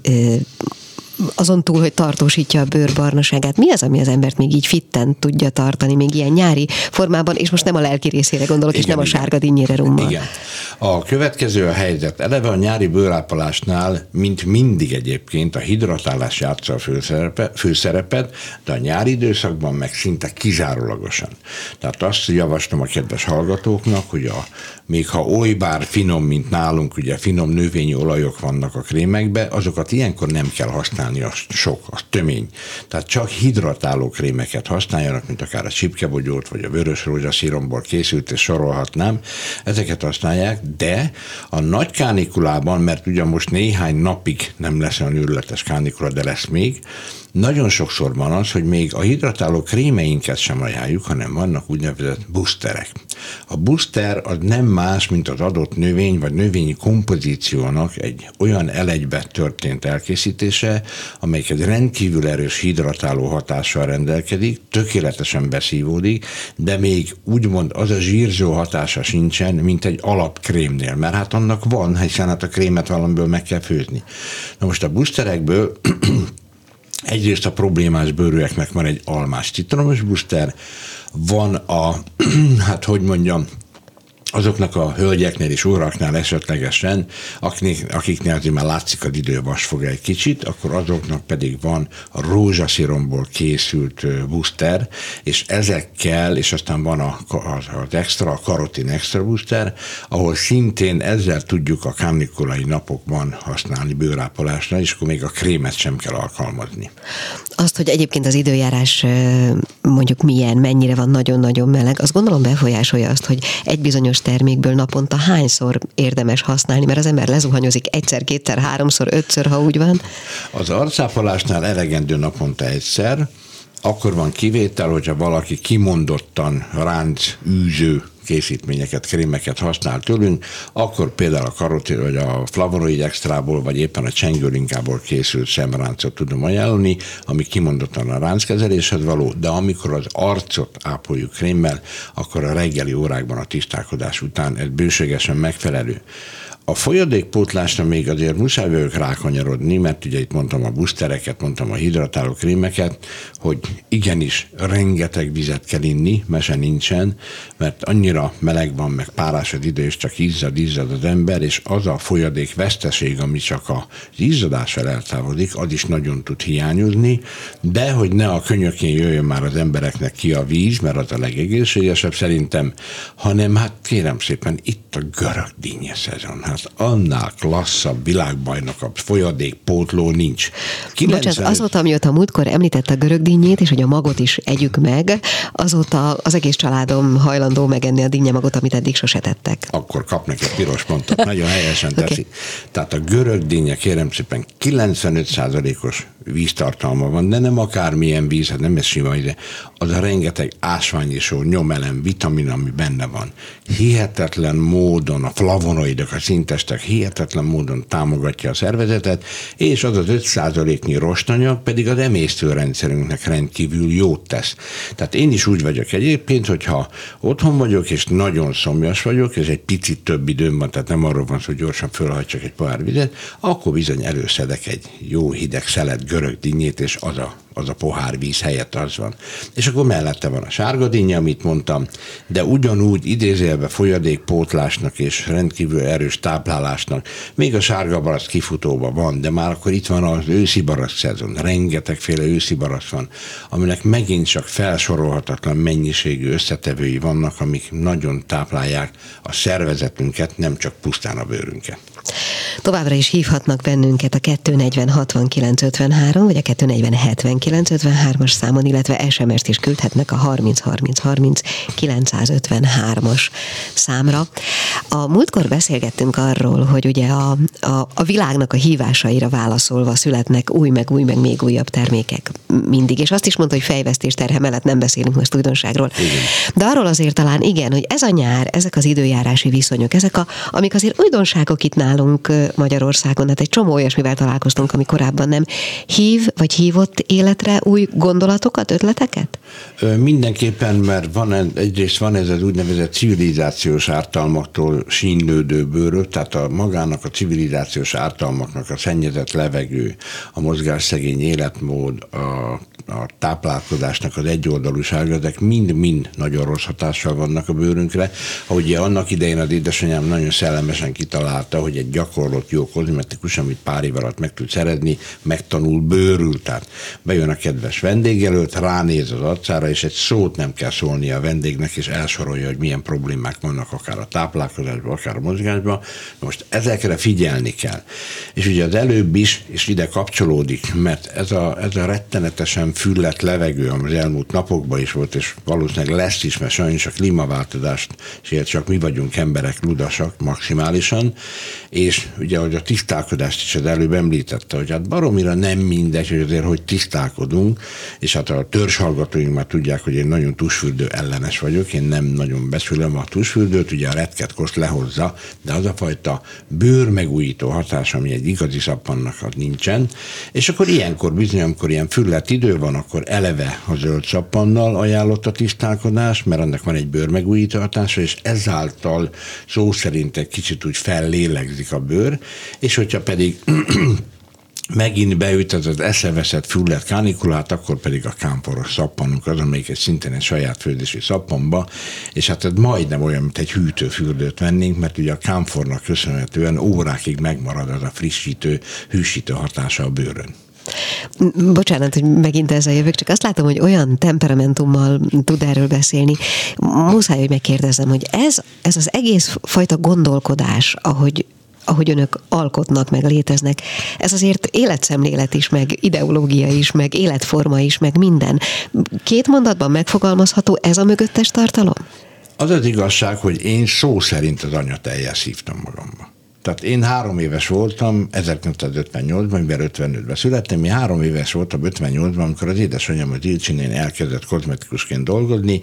azon túl, hogy tartósítja a bőr barnaságát, mi az, ami az embert még így fitten tudja tartani, még ilyen nyári formában, és most nem a lelki részére gondolok, igen, és nem igen. a sárga dinnyére rummal. Igen. A következő a helyzet. Eleve a nyári bőrápolásnál, mint mindig egyébként, a hidratálás játsza a főszerepe, főszerepet, de a nyári időszakban meg szinte kizárólagosan. Tehát azt javaslom a kedves hallgatóknak, hogy a, még ha oly bár finom, mint nálunk, ugye finom növényi olajok vannak a krémekbe, azokat ilyenkor nem kell használni, az sok, az tömény. Tehát csak hidratáló krémeket használjanak, mint akár a csipkebogyót, vagy a vörös rózsaszíromból készült, és sorolhatnám. Ezeket használják, de a nagy kánikulában, mert ugye most néhány napig nem lesz olyan őrületes kánikula, de lesz még, nagyon sokszor van az, hogy még a hidratáló krémeinket sem ajánljuk, hanem vannak úgynevezett boosterek. A booster az nem más, mint az adott növény vagy növényi kompozíciónak egy olyan elegybe történt elkészítése, amelyik egy rendkívül erős hidratáló hatással rendelkezik, tökéletesen beszívódik, de még úgymond az a zsírzó hatása sincsen, mint egy alapkrémnél, mert hát annak van, hiszen hát a krémet valamiből meg kell főzni. Na most a boosterekből egyrészt a problémás bőrűeknek van egy almás citromos booster, van a, hát hogy mondjam, azoknak a hölgyeknél és uraknál esetlegesen, akik, akiknél azért már látszik az idő vasfog egy kicsit, akkor azoknak pedig van a rózsaszíromból készült booster, és ezekkel, és aztán van a, az, az extra, a karotin extra booster, ahol szintén ezzel tudjuk a kánikulai napokban használni bőrápolásra, és akkor még a krémet sem kell alkalmazni. Azt, hogy egyébként az időjárás mondjuk milyen, mennyire van nagyon-nagyon meleg, azt gondolom befolyásolja azt, hogy egy bizonyos termékből naponta hányszor érdemes használni, mert az ember lezuhanyozik egyszer, kétszer, háromszor, ötször, ha úgy van. Az arcápolásnál elegendő naponta egyszer, akkor van kivétel, hogyha valaki kimondottan ránc, űző készítményeket, krémeket használ tőlünk, akkor például a karotin, vagy a flavonoid extrából, vagy éppen a csengőlinkából készült szemráncot tudom ajánlani, ami kimondottan a ránckezeléshez való, de amikor az arcot ápoljuk krémmel, akkor a reggeli órákban a tisztálkodás után ez bőségesen megfelelő. A folyadékpótlásra még azért muszáj vagyok rákanyarodni, mert ugye itt mondtam a boostereket, mondtam a hidratáló krémeket, hogy igenis rengeteg vizet kell inni, mese nincsen, mert annyira meleg van, meg párás az idő, és csak izzad, izzad az ember, és az a folyadék veszteség, ami csak az izzadással eltávolodik, az is nagyon tud hiányozni, de hogy ne a könyökén jöjjön már az embereknek ki a víz, mert az a legegészségesebb szerintem, hanem hát kérem szépen, itt a görög dinnye szezon. Hát annál klasszabb, világbajnokabb folyadékpótló nincs. kilencven... Bocsánat, azóta, amióta múltkor említette a görögdinnyét, és hogy a magot is együk meg, azóta az egész családom hajlandó megenni a dinnyemagot, amit eddig sose tettek. Akkor kapnak egy piros pontot, nagyon helyesen teszi. Okay. Tehát a görögdinnye, kérem szépen, kilencvenöt százalékos víztartalma van, de nem akármilyen víz, hát nem ez sima ide, az a rengeteg ásványisó, nyomelem, vitamin, ami benne van. Hihetetlen módon a flavonoidok, a szintestek hihetetlen módon támogatja a szervezetet, és az az öt százaléknyi rostanyag pedig az emésztőrendszerünknek rendkívül jót tesz. Tehát én is úgy vagyok egyébként, hogyha otthon vagyok, és nagyon szomjas vagyok, és egy picit több időm van, tehát nem arról van szó, hogy gyorsan fölhajtsak egy pohár vizet, akkor bizony előszedek egy jó hideg szelet görög dinnyét, és az a az a pohár víz helyett az van. És akkor mellette van a sárgadínya, amit mondtam, de ugyanúgy idézőjelben folyadékpótlásnak és rendkívül erős táplálásnak, még a sárga barack kifutóban van, de már akkor itt van az őszi barack szezon, rengetegféle őszi barack van, aminek megint csak felsorolhatatlan mennyiségű összetevői vannak, amik nagyon táplálják a szervezetünket, nem csak pusztán a bőrünket. Továbbra is hívhatnak bennünket a kettő negyven hatvankilenc ötvenhárom vagy a kettő negyven hetvenkilenc ötvenhármas számon, illetve es em est is küldhetnek a harminc harminc harminc kilencszázötvenhármas számra. A múltkor beszélgettünk arról, hogy ugye a, a, a világnak a hívásaira válaszolva születnek új, meg új, meg még újabb termékek mindig, és azt is mondta, hogy fejvesztés terhe mellett nem beszélünk most újdonságról. Igen. De arról azért talán igen, hogy ez a nyár, ezek az időjárási viszonyok, ezek a, amik azért újdonságok itt nálunk Magyarországon, hát egy csomó olyasmivel találkoztunk, ami korábban nem. Hív, vagy hívott életre új gondolatokat, ötleteket? Mindenképpen, mert van, egyrészt van ez az úgynevezett civilizációs ártalmaktól sínlődő bőrök, tehát a magának a civilizációs ártalmaknak a szennyezett levegő, a mozgásszegény életmód, a, a táplálkozásnak az egyoldalúsága, ezek mind-mind nagyon rossz hatással vannak a bőrünkre. Ahogy annak idején az édesanyám nagyon szellemesen kitalálta, hogy egy gyakorlott jó kozmetikus, amit pár év alatt meg tud szerezni, megtanul bőrül. Tehát bejön a kedves vendégjelölt, ránéz az arcára, és egy szót nem kell szólnia a vendégnek, és elsorolja, hogy milyen problémák vannak akár a táplálkozásban, akár a mozgásban. Most ezekre figyelni kell. És ugye az előbb is, és ide kapcsolódik, mert ez a, ez a rettenetesen füllett levegő, ami az elmúlt napokban is volt, és valószínűleg lesz is, mert sajnos a klímaváltozást, és csak mi vagyunk emberek ludasak maximálisan, és ugye, hogy a tisztálkodást is az előbb említette, hogy hát baromira nem mindegy, hogy azért, hogy tisztálkodunk, és hát a törzshallgatóink már tudják, hogy én nagyon tusfürdő ellenes vagyok, én nem nagyon beszülöm a tusfürdőt, ugye a retket kost lehozza, de az a fajta bőrmegújító hatás, ami egy igazi szappannak, az nincsen, és akkor ilyenkor bizony, amikor ilyen füllett idő van, akkor eleve a zöld szappannal ajánlott a tisztálkodás, mert annak van egy bőrmegújító hatása, és ezáltal szó szerint egy kicsit úgy fellélegzik a bőr, és hogyha pedig megint beüt az az eszeveszett füllett kánikulát, akkor pedig a kámporos szappanunk az, amelyik egy szintén egy saját főzési szappanba, és hát ez majdnem olyan, mint egy hűtőfürdőt vennénk, mert ugye a kámfornak köszönhetően órákig megmarad az a frissítő, hűsítő hatása a bőrön. Bocsánat, hogy megint ezzel jövök, csak azt látom, hogy olyan temperamentummal tud erről beszélni. Muszáj, hogy megkérdezem, hogy ez, ez az egész fajta gondolkodás, ahogy ahogy önök alkotnak, meg léteznek. Ez azért életszemlélet is, meg ideológia is, meg életforma is, meg minden. Két mondatban megfogalmazható ez a mögöttes tartalom? Az az igazság, hogy én szó szerint az anyatejjel szívtam magamba. Tehát én három éves voltam, ezerkilencszázötvennyolcban, mivel ötvenötben születtem, én három éves voltam ötvennyolcban, amikor az édesanyám az Ilcsinén elkezdett kozmetikusként dolgozni.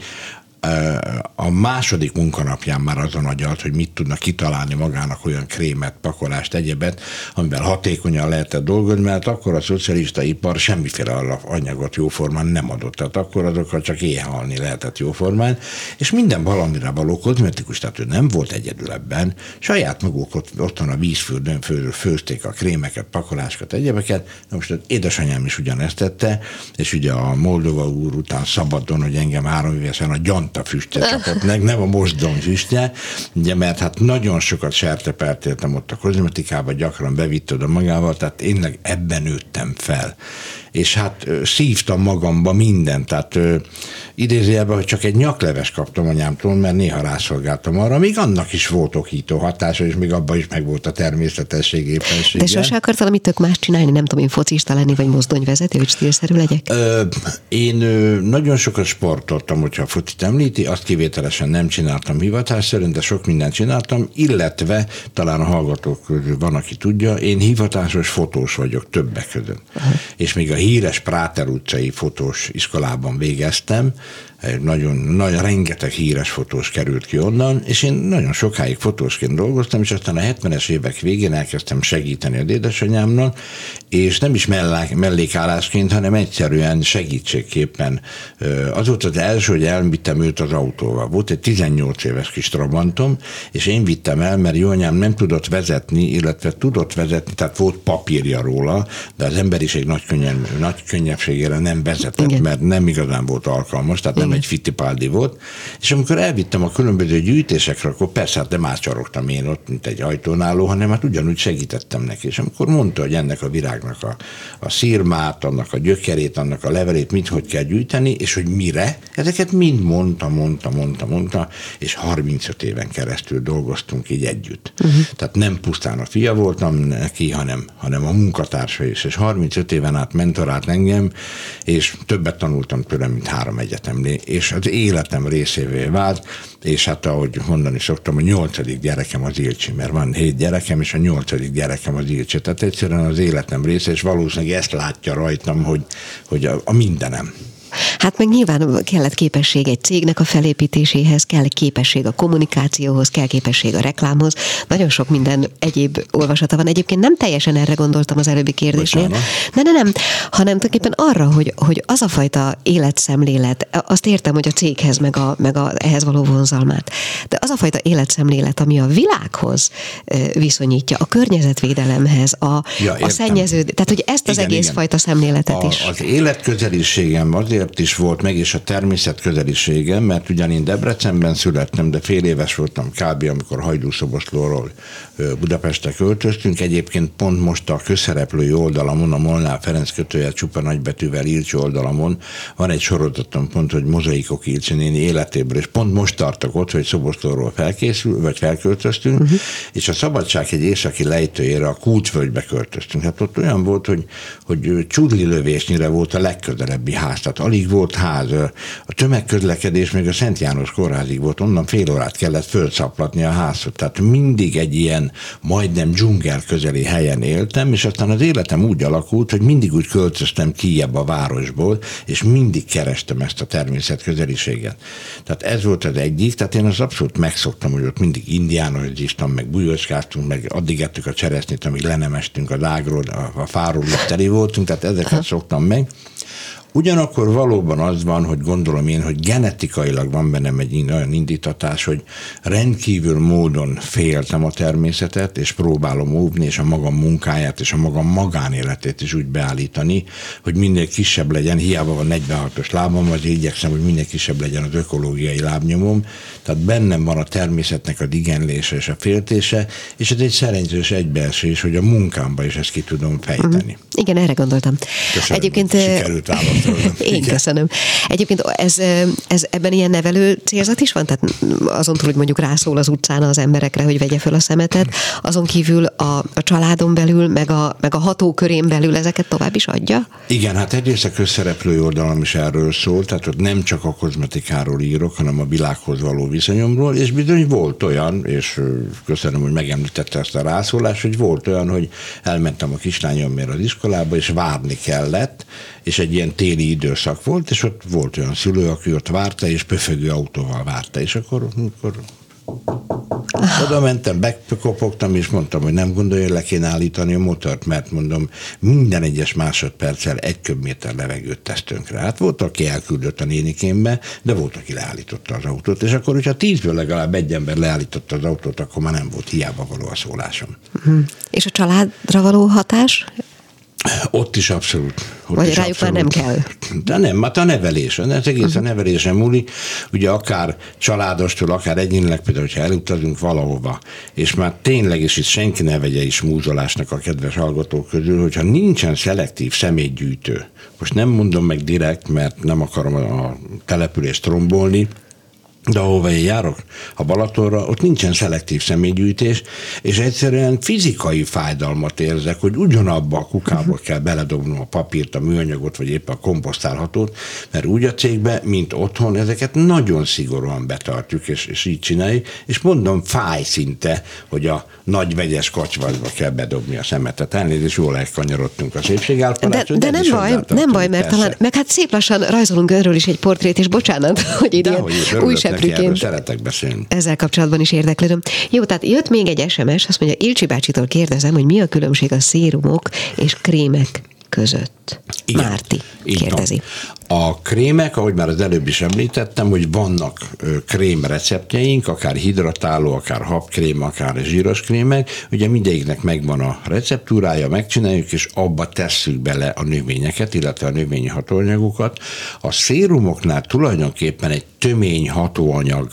A második munkanapján már azon agyalt, hogy mit tudnak kitalálni magának olyan krémet, pakolást, egyebet, amivel hatékonyan lehetett dolgozni, mert akkor a szocialista ipar semmiféle anyagot jóformán nem adott. Tehát akkor azokkal csak éhhalni lehetett jóformán, és minden valamire való kozmetikus, tehát ő nem volt egyedül ebben, saját maguk ott, otthon a vízfürdőn fő, főzték a krémeket, pakolásokat, egyebeket. Na most az édesanyám is ugyanezt tette, és ugye a Moldova úr után szabadon, hogy engem három évesen a gyant a füstje csapott meg, nem a mosdon füstje, ugye, mert hát nagyon sokat sertepertéltem ott a kozmetikába, gyakran bevitt oda magával, tehát én ebben nőttem fel. És hát szívtam magamba mindent, tehát ö, idézőjelben, hogy csak egy nyakleves kaptam anyámtól, mert néha rászolgáltam arra, még annak is volt okító hatása, és még abban is megvolt a természetesség éppensége. De sose akart valami tök más csinálni, nem tudom én focista lenni, vagy mozdonyvezető, hogy stílszerű legyek? Ö, én ö, nagyon sokat sportoltam, hogyha a focit említi, azt kivételesen nem csináltam hivatásszerűen, de sok mindent csináltam, illetve talán a hallgatók közül van, aki tudja, én hivatásos fotós vagyok többek között. Aha. És még a híres Práter utcai fotós iskolában végeztem, nagyon, nagyon rengeteg híres fotós került ki onnan, és én nagyon sokáig fotósként dolgoztam, és aztán a hetvenes évek végén elkezdtem segíteni az édesanyámnak, és nem is mellák, mellékállásként, hanem egyszerűen segítségképpen. Az volt az első, hogy elvittem őt az autóval. Volt egy tizennyolc éves kis Trabantom, és én vittem el, mert jó anyám nem tudott vezetni, illetve tudott vezetni, tehát volt papírja róla, de az emberiség nagy, könnyen, nagy könnyebbségére nem vezetett, igen, mert nem igazán volt alkalmas, tehát igen, nem egy Fittipaldi volt. És amikor elvittem a különböző gyűjtésekre, akkor persze, hát nem átcsorogtam én ott, mint egy ajtónáló, hanem hát ugyanúgy segítettem neki. És amikor mondta, hogy ennek a virágnak a, a szirmát, annak a gyökerét, annak a levelét, mit hogy kell gyűjteni, és hogy mire, ezeket mind mondta, mondta, mondta, mondta, és harmincöt éven keresztül dolgoztunk így együtt. Uh-huh. Tehát nem pusztán a fia voltam neki, hanem, hanem a munkatársa is, és harmincöt éven át mentorált engem, és többet tanultam tőlem, mint három egyetemnél, és az életem részévé vált, és hát ahogy mondani szoktam, a nyolcadik gyerekem az Ilcsi, mert van hét gyerekem, és a nyolcadik gyerekem az Ilcsi. Tehát egyszerűen az életem része, és valószínűleg ezt látja rajtam, hogy, hogy a, a mindenem. Hát meg nyilván kellett képesség egy cégnek a felépítéséhez, kell képesség a kommunikációhoz, kell képesség a reklámhoz. Nagyon sok minden egyéb olvasata van. Egyébként nem teljesen erre gondoltam az előbbi kérdésnél. Nem, nem, nem, hanem tulajdonképpen arra, hogy, hogy az a fajta életszemlélet, azt értem, hogy a céghez, meg, a, meg a, ehhez való vonzalmát, de az a fajta életszemlélet, ami a világhoz viszonyítja, a környezetvédelemhez, a, ja, a szennyező, tehát hogy ezt az igen, egész igen. fajta szemléletet a, is. Az életközeliségem azért is volt meg, és a természet közeliségem, mert ugyan én Debrecenben születtem, de fél éves voltam kb. Amikor Hajdúszoboszlóról Budapestre költöztünk. Egyébként pont most a közszereplői oldalamon, a Molnár Ferenc kötőjel csupa nagybetűvel Ilcsi oldalamon van egy sorozatom pont, hogy Mozaikok Ilcsi néni életéből, és pont most tartok ott, hogy Szoboszlóról felkészül, vagy felköltöztünk, uh-huh. és a Szabadsághegy északi lejtőjére, a Kútföldbe költöztünk. Hát ott olyan volt, hogy, hogy csudli lövésnyire volt a legközelebbi ház, tehát alig volt ház. A tömegközlekedés még a Szent János kórházig volt, onnan fél órát kellett fölszaplatni a házot. Tehát mindig egy ilyen majdnem dzsungel közeli helyen éltem, és aztán az életem úgy alakult, hogy mindig úgy költöztem kijebb a városból, és mindig kerestem ezt a természet közeliséget. Tehát ez volt az egyik, tehát én az abszolút megszoktam, hogy ott mindig indiánoziztam, meg bujocskáztunk, meg addig ettük a cseresznyét, amíg le nem estünk az ágról, a fáról teli voltunk, tehát ezeket szoktam meg. Ugyanakkor valóban az van, hogy gondolom én, hogy genetikailag van bennem egy olyan indítatás, hogy rendkívül módon féltem a természetet, és próbálom óvni, és a magam munkáját, és a magam magánéletét is úgy beállítani, hogy minél kisebb legyen, hiába van negyvenhatos lábam, azért igyekszem, hogy minél kisebb legyen az ökológiai lábnyomom. Tehát bennem van a természetnek a igenlése és a féltése, és ez egy szerencsés egybeesés, hogy a munkámban is ezt ki tudom fejteni. Uh-huh. Igen, erre gondoltam. Köszönöm, egyébként sikerült válaszolni. Én igen. Köszönöm. Egyébként ez, ez ebben ilyen nevelő célzat is van? Tehát azon túl, hogy mondjuk rászól az utcán az emberekre, hogy vegye föl a szemetet, azon kívül a, a családon belül, meg a, meg a hatókörén belül ezeket tovább is adja? Igen, hát egyrészt a közszereplői oldalam is erről szól, tehát ott nem csak a kozmetikáról írok, hanem a világhoz való viszonyomról, és bizony volt olyan, és köszönöm, hogy megemlítette ezt a rászólást, hogy volt olyan, hogy elmentem a kislányomért az iskolába, és várni kellett, és egy ilyen téli időszak volt, és ott volt olyan szülő, aki ott várta, és pöfögő autóval várta, és akkor, akkor oda mentem, bekopogtam, és mondtam, hogy nem gondolja, hogy le kéne állítani a motort, mert mondom, minden egyes másodperccel egy köbméter levegőt tesz tönkre. Hát volt, aki elküldött a nénikémbe, de volt, aki leállította az autót, és akkor, hogyha tízből legalább egy ember leállította az autót, akkor már nem volt hiába való a szólásom. Uh-huh. És a családra való hatás? Ott is abszolút. Ott Vagy is rájuk abszolút. Már nem kell. De nem, hát a nevelés. Ez egész uh-huh. a nevelésen múlik. Ugye akár családostól, akár egyénileg, például, hogyha elutazunk valahova, és már tényleg is itt senki ne vegye is múzolásnak a kedves hallgatók közül, hogyha nincsen szelektív szemétgyűjtő. Most nem mondom meg direkt, mert nem akarom a települést trombolni, de ahova én járok, a Balatonra, ott nincsen szelektív személygyűjtés, és egyszerűen fizikai fájdalmat érzek, hogy ugyanabba a kukába kell beledobnom a papírt, a műanyagot, vagy éppen a komposztálhatót, mert úgy a cégben, mint otthon, ezeket nagyon szigorúan betartjuk, és, és így csináljuk, és mondom, fáj szinte, hogy a nagy vegyes kocsvasba kell bedobni a szemetet. Elnézést, jól elkanyarodtunk a szépségállapodásra. De, de nem baj, nem baj, mert persze. Talán, meg hát szép lassan rajzolunk önről is egy portrét, és bocsánat, hogy így ilyen újseprűként szeretek beszélni. Ezzel kapcsolatban is érdeklődöm. Jó, tehát jött még egy es em es, azt mondja, Ilcsi bácsitól kérdezem, hogy mi a különbség a szérumok és krémek között. Igen, Márti kérdezi. Van. A krémek, ahogy már az előbb is említettem, hogy vannak krém receptjeink, akár hidratáló, akár habkrém, akár zsíros krémek, ugye mindegyiknek megvan a receptúrája, megcsináljuk, és abba tesszük bele a növényeket, illetve a növényi hatóanyagokat. A szérumoknál tulajdonképpen egy tömény hatóanyag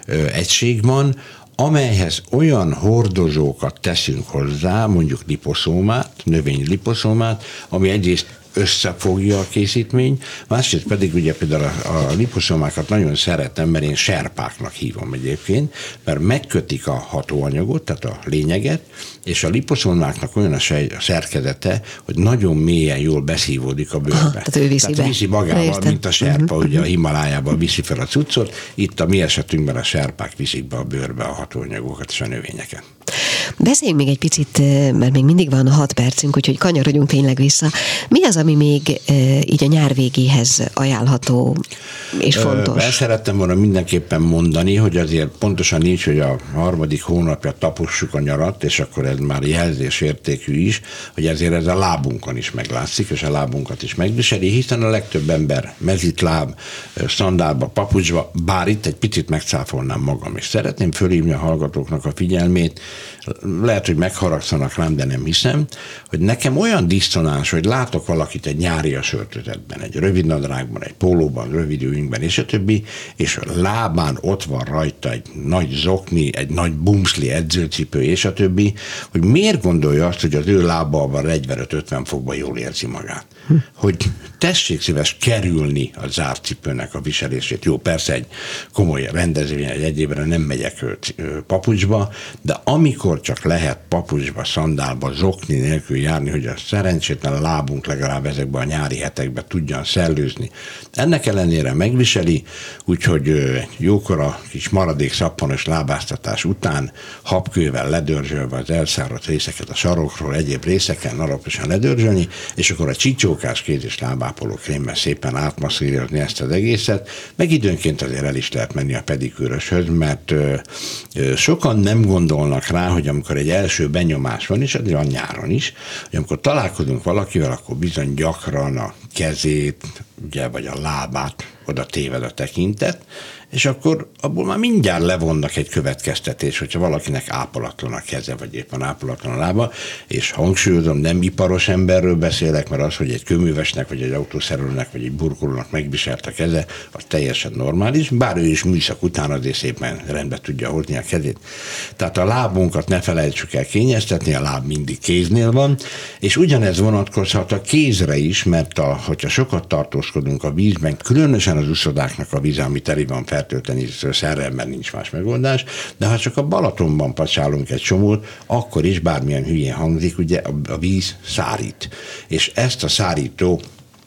egység van, amelyhez olyan hordozókat teszünk hozzá, mondjuk liposzómát, növény liposzómát, ami egyrészt összefogja a készítmény, másrészt pedig ugye például a, a liposzómákat nagyon szeretem, mert én serpáknak hívom egyébként, mert megkötik a hatóanyagot, tehát a lényeget, és a liposzómáknak olyan a, sej, a szerkezete, hogy nagyon mélyen jól beszívódik a bőrbe. Aha, tehát ő viszi tehát viszi magával, mint a serpa, uh-huh. ugye a Himalájában viszi fel a cuccot, itt a mi esetünkben a serpák viszik be a bőrbe a hatóanyagokat és a növényeket. Beszéljünk még egy picit, mert még mindig van hat percünk, úgyhogy kanyarodjunk tényleg vissza. Mi az, ami még így a nyár végéhez ajánlható és fontos? Ezt szerettem volna mindenképpen mondani, hogy azért pontosan nincs, hogy a harmadik hónapja tapossuk a nyarat, és akkor ez már jelzésértékű is, hogy ezért ez a lábunkon is meglátszik, és a lábunkat is megviseli, hiszen a legtöbb ember mezitláb, szandálba, papucsba, bár itt egy picit megcáfolnám magam, és szeretném fölhívni a hallgatóknak a figyelmét, lehet, hogy megharagszanak rám, de nem hiszem, hogy nekem olyan disztonáns, hogy látok valakit egy nyárias öltözetben, egy rövid nadrágban, egy pólóban, rövid ujjingben, és a többi, és a lábán ott van rajta egy nagy zokni, egy nagy bumszli edzőcipő, és a többi, hogy miért gondolja azt, hogy az ő lábában negyvenöt-ötven fokban jól érzi magát. Hm. Hogy tessék szíves kerülni a zárt cipőnek a viselését. Jó, persze egy komoly rendezvény, egy egyébben nem megyek papucsba, de amikor csak lehet papucsba, szandálba, zokni nélkül járni, hogy a szerencsétlen a lábunk legalább ezekben a nyári hetekben tudjan szellőzni. Ennek ellenére megviseli, úgyhogy jókora kis maradék szappanos lábáztatás után habkővel ledörzsölve az elszáradt részeket a sarokról, egyéb részeken alaposan ledörzsölni, és akkor a csicsókás kéz és lábápoló krémmel szépen átmasszírozni ezt az egészet, meg időnként azért el is lehet menni a pedikűröshöz, mert ö, ö, sokan nem gondolnak rá, hogy amikor egy első benyomás van, és azért van nyáron is, hogy amikor találkozunk valakivel, akkor bizony gyakran a kezét, ugye, vagy a lábát oda téved a tekintet, és akkor abból már mindjárt levonnak egy következtetés, hogyha valakinek ápolatlan a keze, vagy éppen ápolatlan a lába, és hangsúlyozom, nem iparos emberről beszélek, mert az, hogy egy kőművesnek, vagy egy autószerelőnek, vagy egy burkolónak megviselt a keze, az teljesen normális, bár ő is műszak után azért szépen rendbe tudja hozni a kezét. Tehát a lábunkat ne felejtsük el kényeztetni, a láb mindig kéznél van, és ugyanez vonatkozhat a kézre is, mert a, hogyha sokat tartózkodunk a vízben, különösen az uszodáknak a víze, ami teli van fertőteni szerrel, mert nincs más megoldás, de ha csak a Balatonban pacsálunk egy csomót, akkor is bármilyen hülyén hangzik, ugye a víz szárít. És ezt a szárító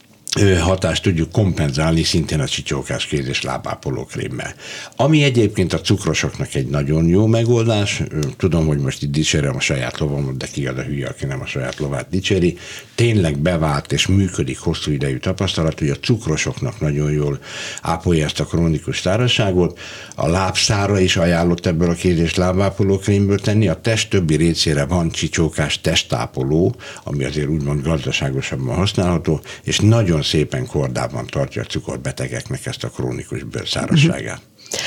hatást tudjuk kompenzálni szintén a csicsókás kéz és lábápoló krémmel. Ami egyébként a cukrosoknak egy nagyon jó megoldás, tudom, hogy most itt dicsérem a saját lovamat, de ki az a hülye, aki nem a saját lovát dicséri, tényleg bevált és működik hosszú idejű tapasztalat, hogy a cukrosoknak nagyon jól ápolja ezt a krónikus szárazságot, a lábszára is ajánlott ebből a kéz és lábápoló krémből tenni, a test többi részére van csicsókás testápoló, ami azért úgymond gazdaságosabban használható, és nagyon szépen kordában tartja a cukorbetegeknek ezt a krónikus bőrszárazságát.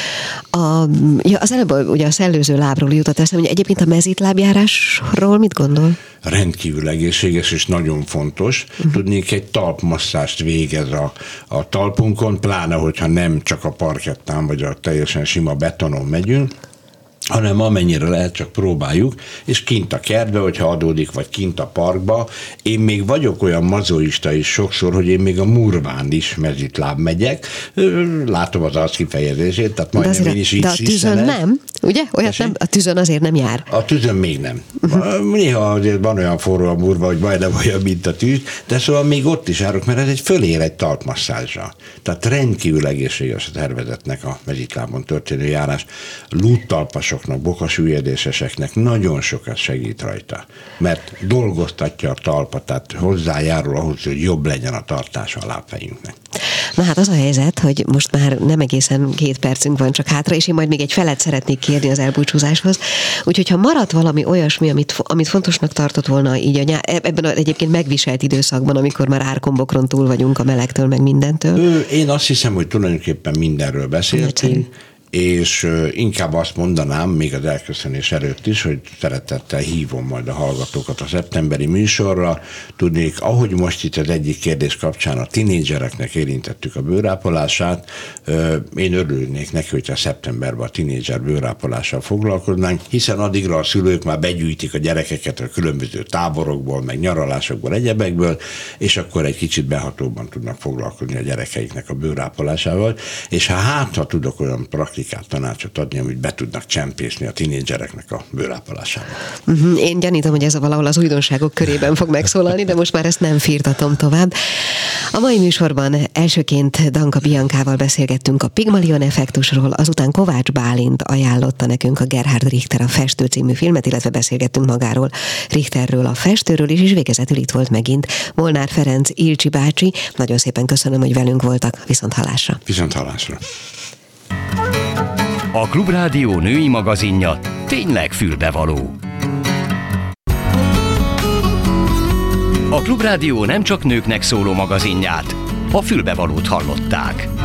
A, ja, az előbb ugye a szellőző lábról jutott eszembe, hogy egyébként a mezitlábjárásról mit gondol? Rendkívül egészséges és nagyon fontos. Uh-huh. Tudnék, egy talpmasszást végez a, a talpunkon, pláne, hogyha nem csak a parkettán vagy a teljesen sima betonon megyünk, hanem amennyire lehet, csak próbáljuk, és kint a kertbe, hogyha adódik, vagy kint a parkba. Én még vagyok olyan mazoista is sokszor, hogy én még a Murván is mezitláb megyek, látom az arc kifejezését, tehát majdnem azért, én is így de a tűzön sziszenek. nem, ugye? Olyat nem, a tűzön azért nem jár. A tűzön még nem. Uh-huh. Néha azért van olyan forró a Murva, hogy majdnem olyan, mint a tűz, de szóval még ott is járok, mert ez egy fölér egy talpmasszázsra. Tehát rendkívül egészséges a tervezetnek a mezitlábon történő járás. Lúttalpasoknak, bokasüllyedéseseknek nagyon sokat segít rajta, mert dolgoztatja a talpat, tehát hozzájárul ahhoz, hogy jobb legyen a tartása a lábfejünknek. Na hát az a helyzet, hogy most már nem egészen két percünk van csak hátra, és én majd még egy felet szeretnék kérni az elbúcsúzáshoz. Úgyhogy ha maradt valami olyasmi, amit, amit fontosnak tartott volna így a nyár, ebben az egyébként megviselt időszakban, amikor már árkombokron túl vagyunk a melegtől, meg mindentől. Ő, én azt hiszem, hogy tulajdonképpen mindenről beszéltünk, és inkább azt mondanám, még az elköszönés előtt is, hogy szeretettel hívom majd a hallgatókat a szeptemberi műsorra. Tudnék, ahogy most itt az egyik kérdés kapcsán a tinédzsereknek érintettük a bőrápolását, én örülnék neki, hogyha szeptemberben a tinédzser bőrápolással foglalkoznánk, hiszen addigra a szülők már begyűjtik a gyerekeket a különböző táborokból, meg nyaralásokból, egyebekből, és akkor egy kicsit behatóbban tudnak foglalkozni a gyerekeiknek a bőrápolásával, és ha hát, ha tudok olyan praktikus tanácsot adni, amit be tudnak csempészni a tinédzsereknek a bőrápolásába. Uh-huh. Én gyanítom, hogy ez a valahol az újdonságok körében fog megszólalni, de most már ezt nem firtatom tovább. A mai műsorban elsőként Danka Biancával beszélgettünk a Pigmalion effektusról, azután Kovács Bálint ajánlotta nekünk a Gerhard Richter a Festő című filmet, illetve beszélgettünk magáról, Richterről, a festőről is, és végezetül itt volt megint Molnár Ferenc Ilcsi bácsi. Nagyon szépen köszönöm, hogy velünk voltak. Viszont hallásra. Viszont hallásra. A Klubrádió női magazinja tényleg fülbevaló. A Klubrádió nem csak nőknek szóló magazinját, a fülbevalót hallották.